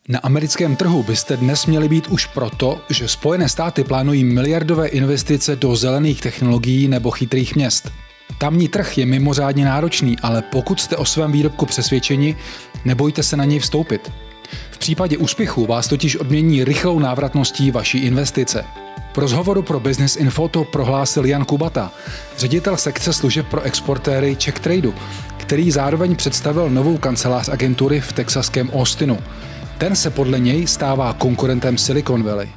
Na americkém trhu byste dnes měli být už proto, že Spojené státy plánují miliardové investice do zelených technologií nebo chytrých měst. Tamní trh je mimořádně náročný, ale pokud jste o svém výrobku přesvědčeni, nebojte se na něj vstoupit. V případě úspěchu vás totiž odmění rychlou návratností vaší investice. V rozhovoru pro Business Info to prohlásil Jan Kubata, ředitel sekce služeb pro exportéry Czech Tradu, který zároveň představil novou kancelář agentury v texaském Austinu. Ten se podle něj stává konkurentem Silicon Valley.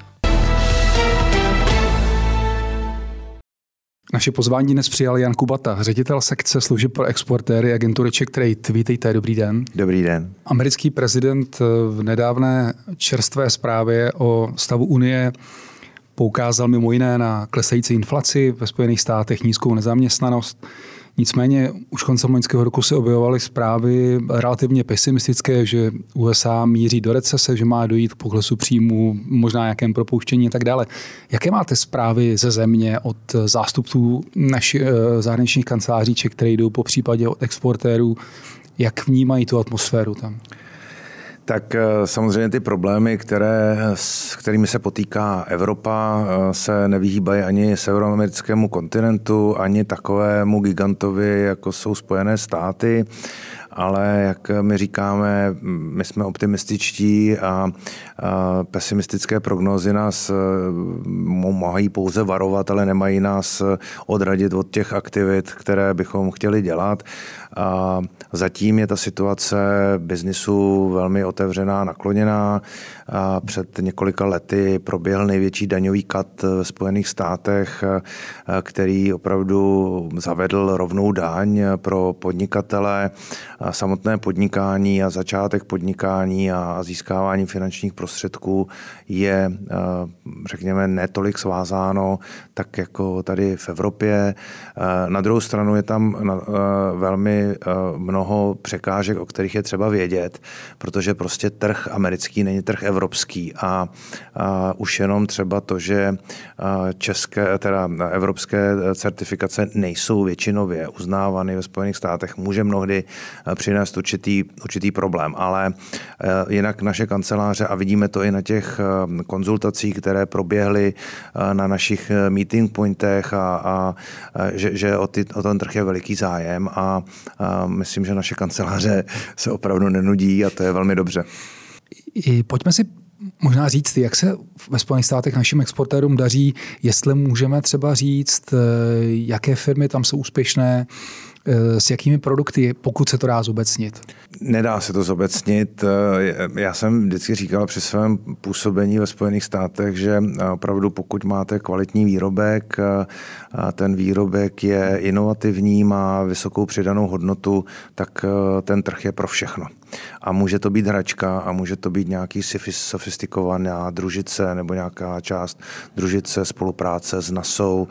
Naše pozvání dnes přijal Jan Kubata, ředitel sekce služeb pro exportéry agentury Czech Trade. Vítejte, dobrý den. Dobrý den. Americký prezident v nedávné čerstvé zprávě o stavu Unie poukázal mimo jiné na klesající inflaci ve Spojených státech, nízkou nezaměstnanost. Nicméně už koncem loňského roku se objevovaly zprávy relativně pesimistické, že USA míří do recese, že má dojít k poklesu příjmů, možná nějakém propouštění a tak dále. Jaké máte zprávy ze země od zástupců našich zahraničních kanceláří Czech Tradu, po případě od exportérů? Jak vnímají tu atmosféru tam? Tak samozřejmě ty problémy, s kterými se potýká Evropa, se nevyhýbají ani severoamerickému kontinentu, ani takovému gigantovi, jako jsou Spojené státy. Ale jak my říkáme, my jsme optimističtí a pesimistické prognózy nás mají pouze varovat, ale nemají nás odradit od těch aktivit, které bychom chtěli dělat. A zatím je ta situace biznisu velmi otevřená, nakloněná. A před několika lety proběhl největší daňový kat ve Spojených státech, který opravdu zavedl rovnou daň pro podnikatele. Samotné podnikání a začátek podnikání a získávání finančních prostředků je, řekněme, netolik svázáno, tak jako tady v Evropě. Na druhou stranu je tam velmi mnoho překážek, o kterých je třeba vědět, protože prostě trh americký není trh evropský a už jenom třeba to, že evropské certifikace nejsou většinově uznávány ve Spojených státech, může mnohdy přinést určitý problém, ale jinak naše kanceláře, a vidíme to i na těch konzultacích, které proběhly na našich meeting pointech že o ten trh je veliký zájem a myslím, že naše kanceláře se opravdu nenudí a to je velmi dobře. Pojďme si možná říct, jak se ve Spojených státech našim exportérům daří, jestli můžeme třeba říct, jaké firmy tam jsou úspěšné, s jakými produkty, pokud se to dá zobecnit? Nedá se to zobecnit. Já jsem vždycky říkal při svém působení ve Spojených státech, že opravdu pokud máte kvalitní výrobek, ten výrobek je inovativní, má vysokou přidanou hodnotu, tak ten trh je pro všechno. A může to být hračka a může to být nějaký sofistikovaná družice nebo nějaká část družice, spolupráce s NASA,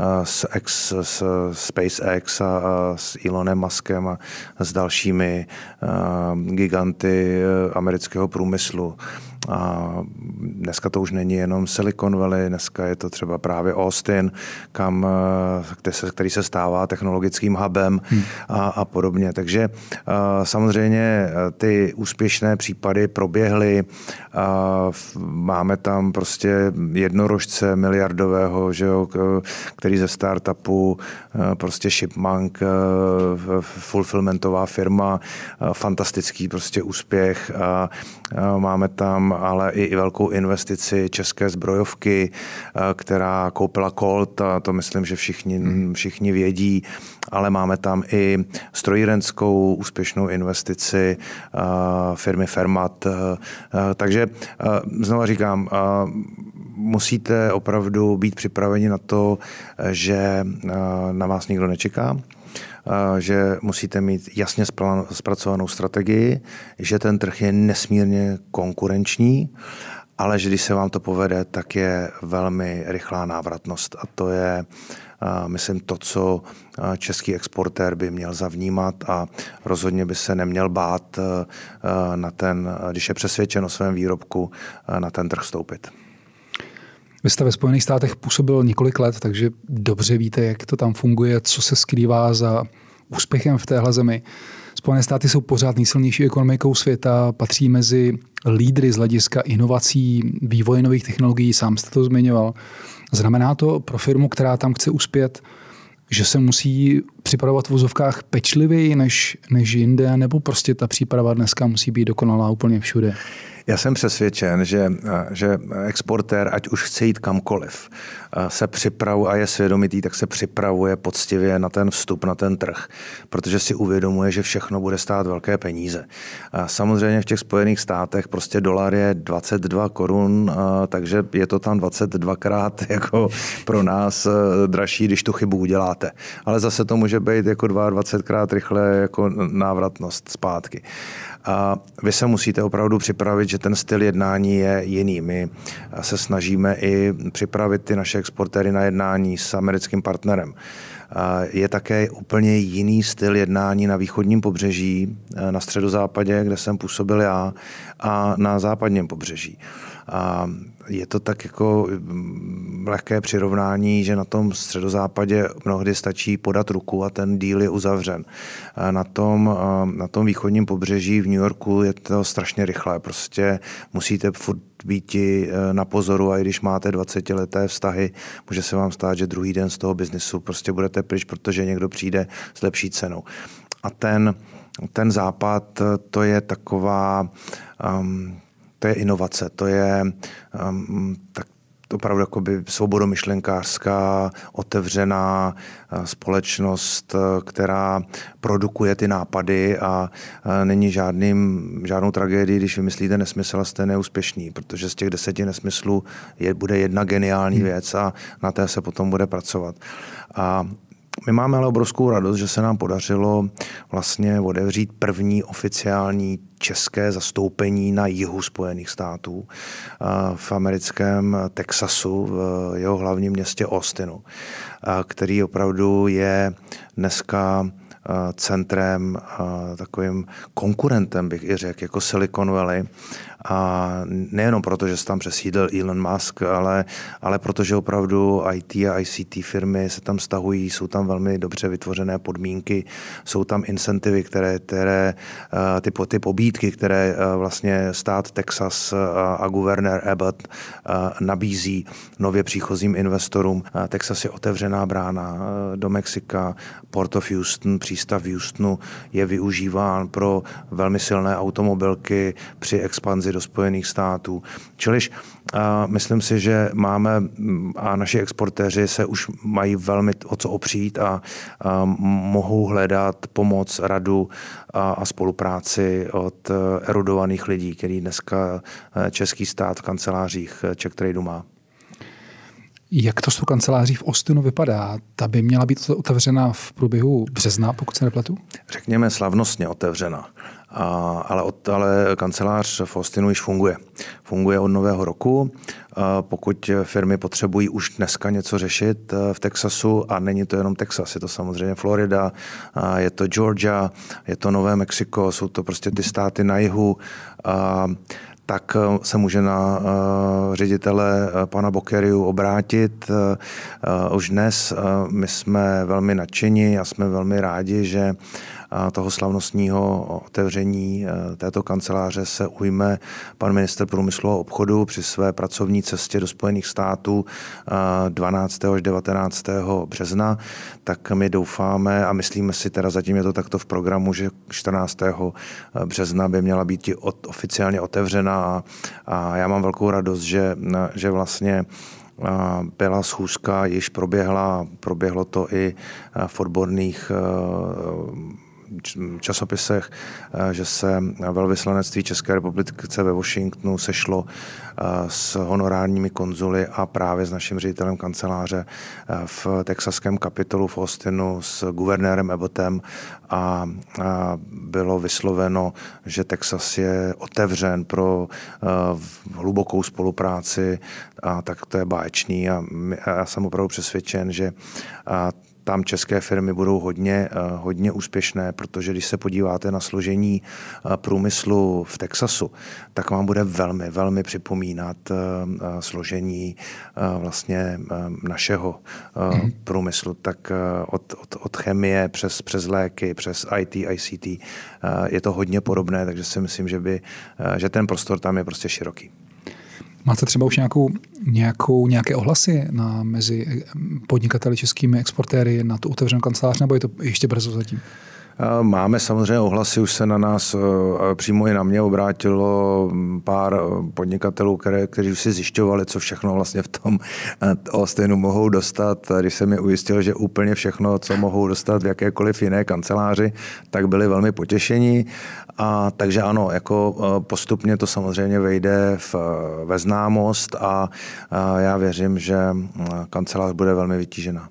s SpaceX a s Elonem Muskem a s dalšími giganty amerického průmyslu. A dneska to už není jenom Silicon Valley, dneska je to třeba právě Austin, který se stává technologickým hubem a podobně. Takže samozřejmě ty úspěšné případy proběhly. Máme tam prostě jednorožce miliardového, že jo, který ze startupu, prostě Shipmonk, fulfillmentová firma, fantastický prostě úspěch. Máme tam ale i velkou investici české zbrojovky, která koupila Colt, a to myslím, že všichni vědí, ale máme tam i strojírenskou úspěšnou investici firmy Fermat. Takže znova říkám, musíte opravdu být připraveni na to, že na vás nikdo nečeká, že musíte mít jasně zpracovanou strategii, že ten trh je nesmírně konkurenční, ale že když se vám to povede, tak je velmi rychlá návratnost. A to je, myslím, to, co český exportér by měl zavnímat a rozhodně by se neměl bát když je přesvědčen o svém výrobku, na ten trh vstoupit. Vy jste ve Spojených státech působil několik let, takže dobře víte, jak to tam funguje, co se skrývá za úspěchem v téhle zemi. Spojené státy jsou pořád nejsilnější ekonomikou světa, patří mezi lídry z hlediska inovací, vývoje nových technologií, sám jste to zmiňoval. Znamená to pro firmu, která tam chce uspět, že se musí připravovat v vozovkách pečlivěji než jinde, nebo prostě ta příprava dneska musí být dokonalá úplně všude? Já jsem přesvědčen, že exportér, ať už chce jít kamkoliv, se připravuje a je svědomitý, tak se připravuje poctivě na ten vstup, na ten trh, protože si uvědomuje, že všechno bude stát velké peníze. Samozřejmě v těch Spojených státech prostě dolar je 22 korun, takže je to tam 22krát jako pro nás dražší, když tu chybu uděláte. Ale zase to může být jako 22krát rychle jako návratnost zpátky. A vy se musíte opravdu připravit, že ten styl jednání je jiný. My se snažíme i připravit ty naše exportéry na jednání s americkým partnerem. Je také úplně jiný styl jednání na východním pobřeží, na středozápadě, kde jsem působil já, a na západním pobřeží. A je to tak jako lehké přirovnání, že na tom středozápadě mnohdy stačí podat ruku a ten deal je uzavřen. Na tom východním pobřeží v New Yorku je to strašně rychlé. Prostě musíte furt být na pozoru, a i když máte 20leté vztahy, může se vám stát, že druhý den z toho biznesu prostě budete pryč, protože někdo přijde s lepší cenou. A ten západ, to je taková... To je inovace, to je tak opravdu jakoby svobodomyšlenkářská, otevřená společnost, která produkuje ty nápady, a není žádnou tragédii, když vymyslíte nesmysl a jste neúspěšný, protože z těch 10 nesmyslů bude jedna geniální věc a na té se potom bude pracovat. A my máme ale obrovskou radost, že se nám podařilo vlastně otevřít první oficiální české zastoupení na jihu Spojených států v americkém Texasu, v jeho hlavním městě Austinu, který opravdu je dneska centrem, takovým konkurentem, bych i řekl, jako Silicon Valley. A nejenom proto, že se tam přesídl Elon Musk, ale protože opravdu IT a ICT firmy se tam stahují, jsou tam velmi dobře vytvořené podmínky, jsou tam incentivy, které ty pobídky, které vlastně stát Texas a guvernér Abbott nabízí nově příchozím investorům. Texas je otevřená brána do Mexika, Port of Houston, přístav v Houstonu je využíván pro velmi silné automobilky při expanzi do Spojených států. Čiliž myslím si, že máme a naši exportéři se už mají velmi o co opřít a mohou hledat pomoc, radu a spolupráci od erudovaných lidí, který dneska český stát v kancelářích Czech Tradu má. Jak to s tou kanceláří v Austinu vypadá? Ta by měla být otevřena v průběhu března, pokud se nepletu? Řekněme slavnostně otevřena. Ale kancelář v Austinu již funguje. Funguje od nového roku. Pokud firmy potřebují už dneska něco řešit v Texasu, a není to jenom Texas, je to samozřejmě Florida, je to Georgia, je to Nové Mexiko, jsou to prostě ty státy na jihu, tak se může na ředitele pana Bokeriu obrátit. Už dnes my jsme velmi nadšeni a jsme velmi rádi, že toho slavnostního otevření této kanceláře se ujme pan ministr průmyslu a obchodu při své pracovní cestě do Spojených států 12. až 19. března. Tak my doufáme a myslíme si, teda zatím je to takto v programu, že 14. března by měla být oficiálně otevřena, a já mám velkou radost, že vlastně byla schůzka, již proběhlo to i v odborných časopisech, že se velvyslanectví České republiky ve Washingtonu sešlo s honorárními konzuly a právě s naším ředitelem kanceláře v texaském kapitolu v Austinu s guvernérem Abbottem a bylo vysloveno, že Texas je otevřen pro hlubokou spolupráci, a tak to je báječný, a já jsem opravdu přesvědčen, že tam české firmy budou hodně úspěšné, protože když se podíváte na složení průmyslu v Texasu, tak vám bude velmi, velmi připomínat složení vlastně našeho průmyslu. Tak od chemie přes léky, přes IT, ICT je to hodně podobné, takže si myslím, že ten prostor tam je prostě široký. Máte třeba už nějaké ohlasy mezi podnikateli českými exportéry na tu otevřenou kancelář, nebo je to ještě brzo zatím? Máme samozřejmě ohlasy, už se na nás přímo i na mě obrátilo pár podnikatelů, kteří už si zjišťovali, co všechno vlastně v tom Austinu mohou dostat. Když jsem je ujistil, že úplně všechno, co mohou dostat v jakékoliv jiné kanceláři, tak byli velmi potěšení. A takže ano, jako postupně to samozřejmě vejde ve známost a já věřím, že kancelář bude velmi vytížená.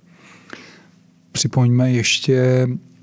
Připomeňme ještě,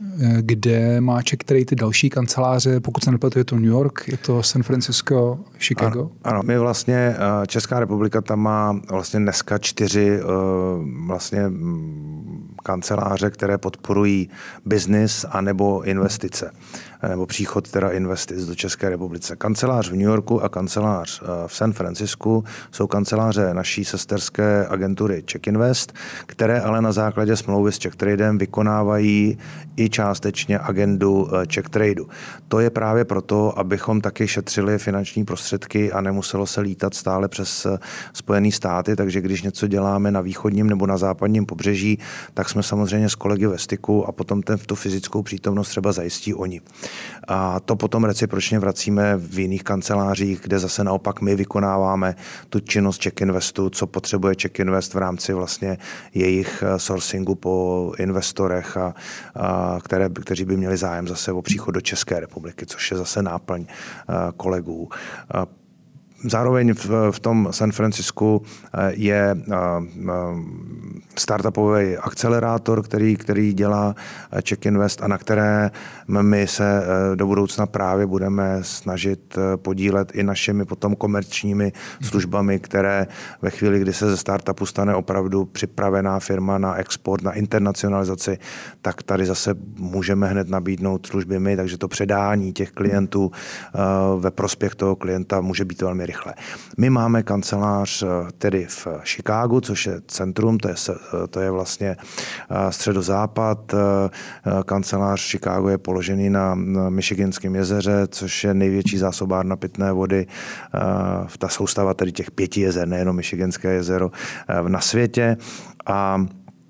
kde má CheckTrade ty další kanceláře, pokud se nepletu, je to New York, je to San Francisco, Chicago? Ano, my vlastně, Česká republika tam má vlastně dneska 4 vlastně kanceláře, které podporují biznis anebo investice, nebo příchod teda investic do České republice. Kancelář v New Yorku a kancelář v San Francisku jsou kanceláře naší sesterské agentury CheckInvest, které ale na základě smlouvy s CheckTradem vykonávají i částečně agendu CheckTradeu. To je právě proto, abychom taky šetřili finanční prostředky a nemuselo se lítat stále přes Spojené státy, takže když něco děláme na východním nebo na západním pobřeží, tak jsme samozřejmě s kolegy ve styku a potom tu fyzickou přítomnost třeba zajistí oni. A to potom recipročně vracíme v jiných kancelářích, kde zase naopak my vykonáváme tu činnost CheckInvestu, co potřebuje CheckInvest v rámci vlastně jejich sourcingu po investorech, kteří by měli zájem zase o příchod do České republiky, což je zase náplň kolegů. Zároveň v tom San Francisku je startupový akcelerátor, který dělá CheckInvest a na které my se do budoucna právě budeme snažit podílet i našimi potom komerčními službami, které ve chvíli, kdy se ze startupu stane opravdu připravená firma na export, na internacionalizaci, tak tady zase můžeme hned nabídnout služby my, takže to předání těch klientů ve prospěch toho klienta může být velmi rychle. My máme kancelář tedy v Chicagu, což je centrum, to je vlastně středozápad. Kancelář Chicago je položený na Michiganském jezeře, což je největší zásobárna pitné vody. Ta soustava tedy těch 5 jezer, nejenom Michiganské jezero na světě. A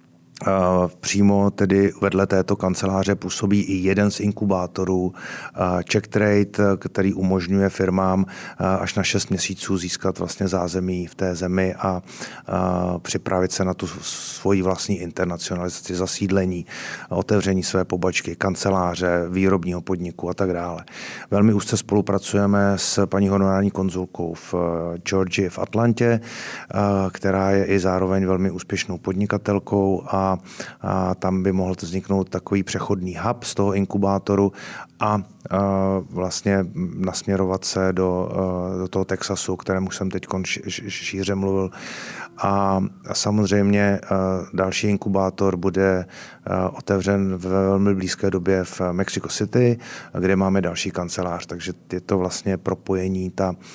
přímo tedy vedle této kanceláře působí i jeden z inkubátorů CheckTrade, který umožňuje firmám až na 6 měsíců získat vlastně zázemí v té zemi a připravit se na tu svoji vlastní internacionalizaci, zasídlení, otevření své pobočky, kanceláře, výrobního podniku a tak dále. Velmi úzce spolupracujeme s paní honorární konzulkou v Georgii v Atlantě, která je i zároveň velmi úspěšnou podnikatelkou a tam by mohl vzniknout takový přechodný hub z toho inkubátoru a vlastně nasměrovat se do toho Texasu, o kterém už jsem teď šíře mluvil. A samozřejmě další inkubátor bude otevřen ve velmi blízké době v Mexico City, kde máme další kancelář. Takže je to vlastně propojení.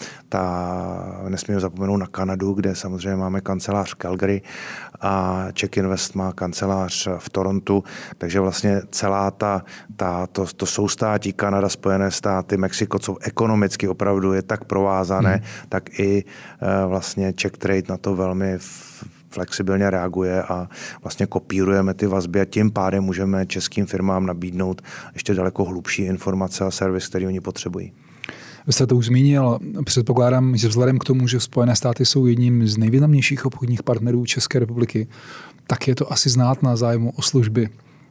Nesmíme zapomenout na Kanadu, kde samozřejmě máme kancelář v Calgary a CheckInvest má kancelář v Torontu. Takže vlastně celá to soustátí Kanada, Spojené státy, Mexiko, co ekonomicky opravdu je tak provázané, tak i vlastně CheckTrade na to velmi flexibilně reaguje a vlastně kopírujeme ty vazby a tím pádem můžeme českým firmám nabídnout ještě daleko hlubší informace a servis, který oni potřebují. Vy jste to už zmínil, předpokládám, že vzhledem k tomu, že Spojené státy jsou jedním z nejvýznamnějších obchodních partnerů České republiky, tak je to asi znát na zájmu o služby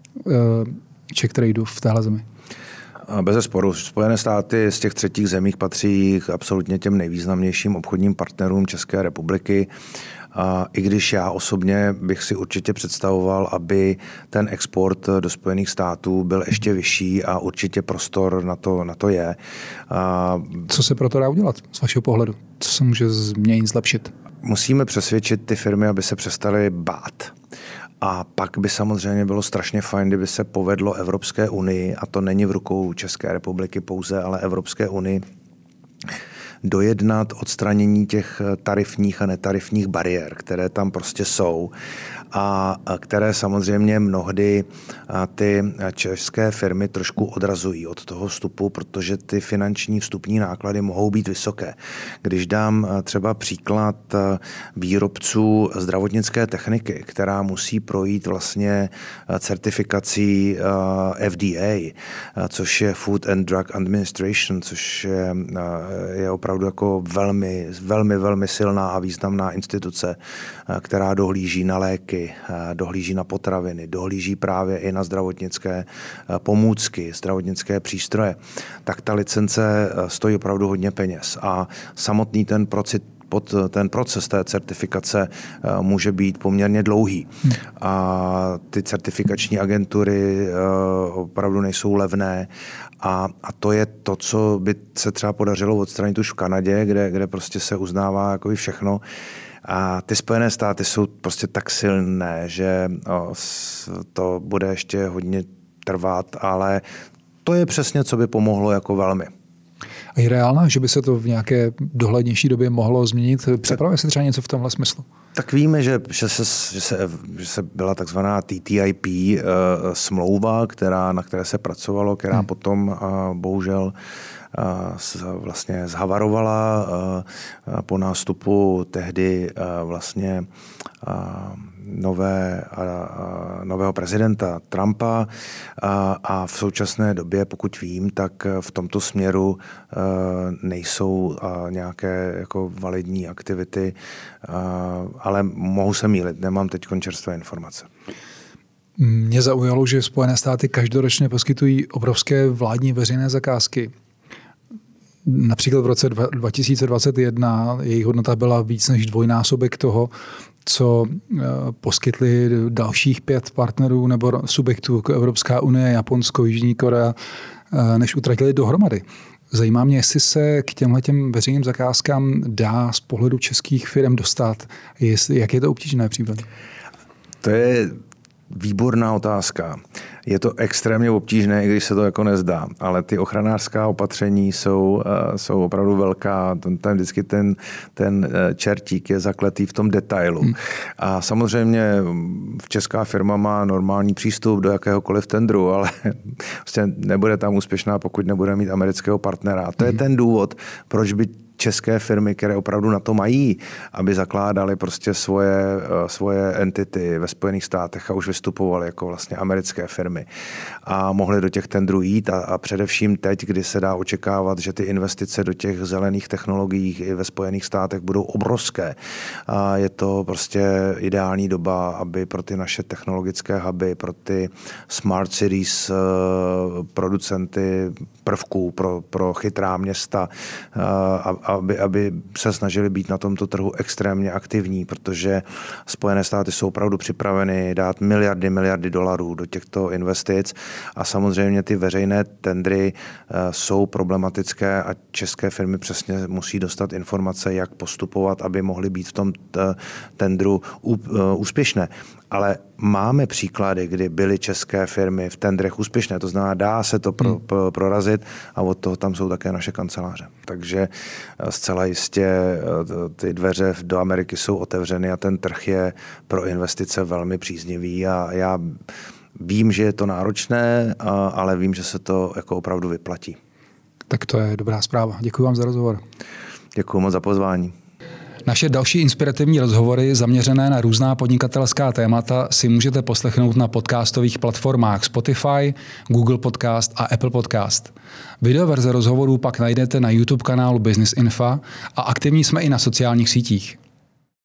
CheckTradeu v téhle zemi. Bezesporu. Spojené státy z těch třetích zemích patří k absolutně těm nejvýznamnějším obchodním partnerům České republiky. I když já osobně bych si určitě představoval, aby ten export do Spojených států byl ještě vyšší a určitě prostor na to je. Co se proto dá udělat z vašeho pohledu? Co se může změnit, zlepšit? Musíme přesvědčit ty firmy, aby se přestaly bát. A pak by samozřejmě bylo strašně fajn, kdyby se povedlo Evropské unii, a to není v rukou České republiky pouze, ale Evropské unii, dojednat odstranění těch tarifních a netarifních bariér, které tam prostě jsou a které samozřejmě mnohdy ty české firmy trošku odrazují od toho vstupu, protože ty finanční vstupní náklady mohou být vysoké. Když dám třeba příklad výrobců zdravotnické techniky, která musí projít vlastně certifikací FDA, což je Food and Drug Administration, což je opravdu jako velmi silná a významná instituce, která dohlíží na léky, dohlíží na potraviny, dohlíží právě i na zdravotnické pomůcky, zdravotnické přístroje, tak ta licence stojí opravdu hodně peněz. A samotný ten proces té certifikace může být poměrně dlouhý. A ty certifikační agentury opravdu nejsou levné. A to je to, co by se třeba podařilo odstranit už v Kanadě, kde prostě se uznává jako i všechno. A ty Spojené státy jsou prostě tak silné, že to bude ještě hodně trvat, ale to je přesně, co by pomohlo jako velmi. A je reálná, že by se to v nějaké dohlednější době mohlo změnit? Připravuje se třeba něco v tomhle smyslu? Tak víme, že se byla takzvaná TTIP smlouva, na které se pracovalo, která potom bohužel vlastně zhavarovala po nástupu tehdy vlastně nového prezidenta Trumpa a v současné době, pokud vím, tak v tomto směru nejsou nějaké jako validní aktivity, ale mohu se mýlit, nemám teď čerstvé informace. Mě zaujalo, že Spojené státy každoročně poskytují obrovské vládní veřejné zakázky. Například v roce 2021 jejich hodnota byla víc než dvojnásobek toho, co poskytli dalších 5 partnerů nebo subjektů jako Evropská unie, Japonsko, Jižní Korea, než utratili dohromady. Zajímá mě, jestli se k těmhletěm veřejným zakázkám dá z pohledu českých firm dostat. Jak je to obtížné případně? To je výborná otázka. Je to extrémně obtížné, i když se to jako nezdá, ale ty ochranářská opatření jsou opravdu velká. Tam vždycky ten čertík je zakletý v tom detailu. A samozřejmě česká firma má normální přístup do jakéhokoliv tendru, ale vlastně nebude tam úspěšná, pokud nebude mít amerického partnera. A to je ten důvod, proč by české firmy, které opravdu na to mají, aby zakládaly prostě svoje entity ve Spojených státech a už vystupovaly jako vlastně americké firmy a mohly do těch tendrů jít a především teď, kdy se dá očekávat, že ty investice do těch zelených technologií i ve Spojených státech budou obrovské. A je to prostě ideální doba, aby pro ty naše technologické huby, pro ty smart cities producenty prvků, pro chytrá města, aby se snažili být na tomto trhu extrémně aktivní, protože Spojené státy jsou opravdu připraveny dát miliardy dolarů do těchto investic a samozřejmě ty veřejné tendry jsou problematické a české firmy přesně musí dostat informace, jak postupovat, aby mohly být v tom tendru úspěšné. Ale máme příklady, kdy byly české firmy v tendrech úspěšné, to znamená, dá se to prorazit a od toho tam jsou také naše kanceláře. Takže zcela jistě ty dveře do Ameriky jsou otevřeny a ten trh je pro investice velmi příznivý a já vím, že je to náročné, ale vím, že se to jako opravdu vyplatí. Tak to je dobrá zpráva. Děkuji vám za rozhovor. Děkuji moc za pozvání. Naše další inspirativní rozhovory zaměřené na různá podnikatelská témata si můžete poslechnout na podcastových platformách Spotify, Google Podcast a Apple Podcast. Videoverze rozhovorů pak najdete na YouTube kanálu Business Info a aktivní jsme i na sociálních sítích.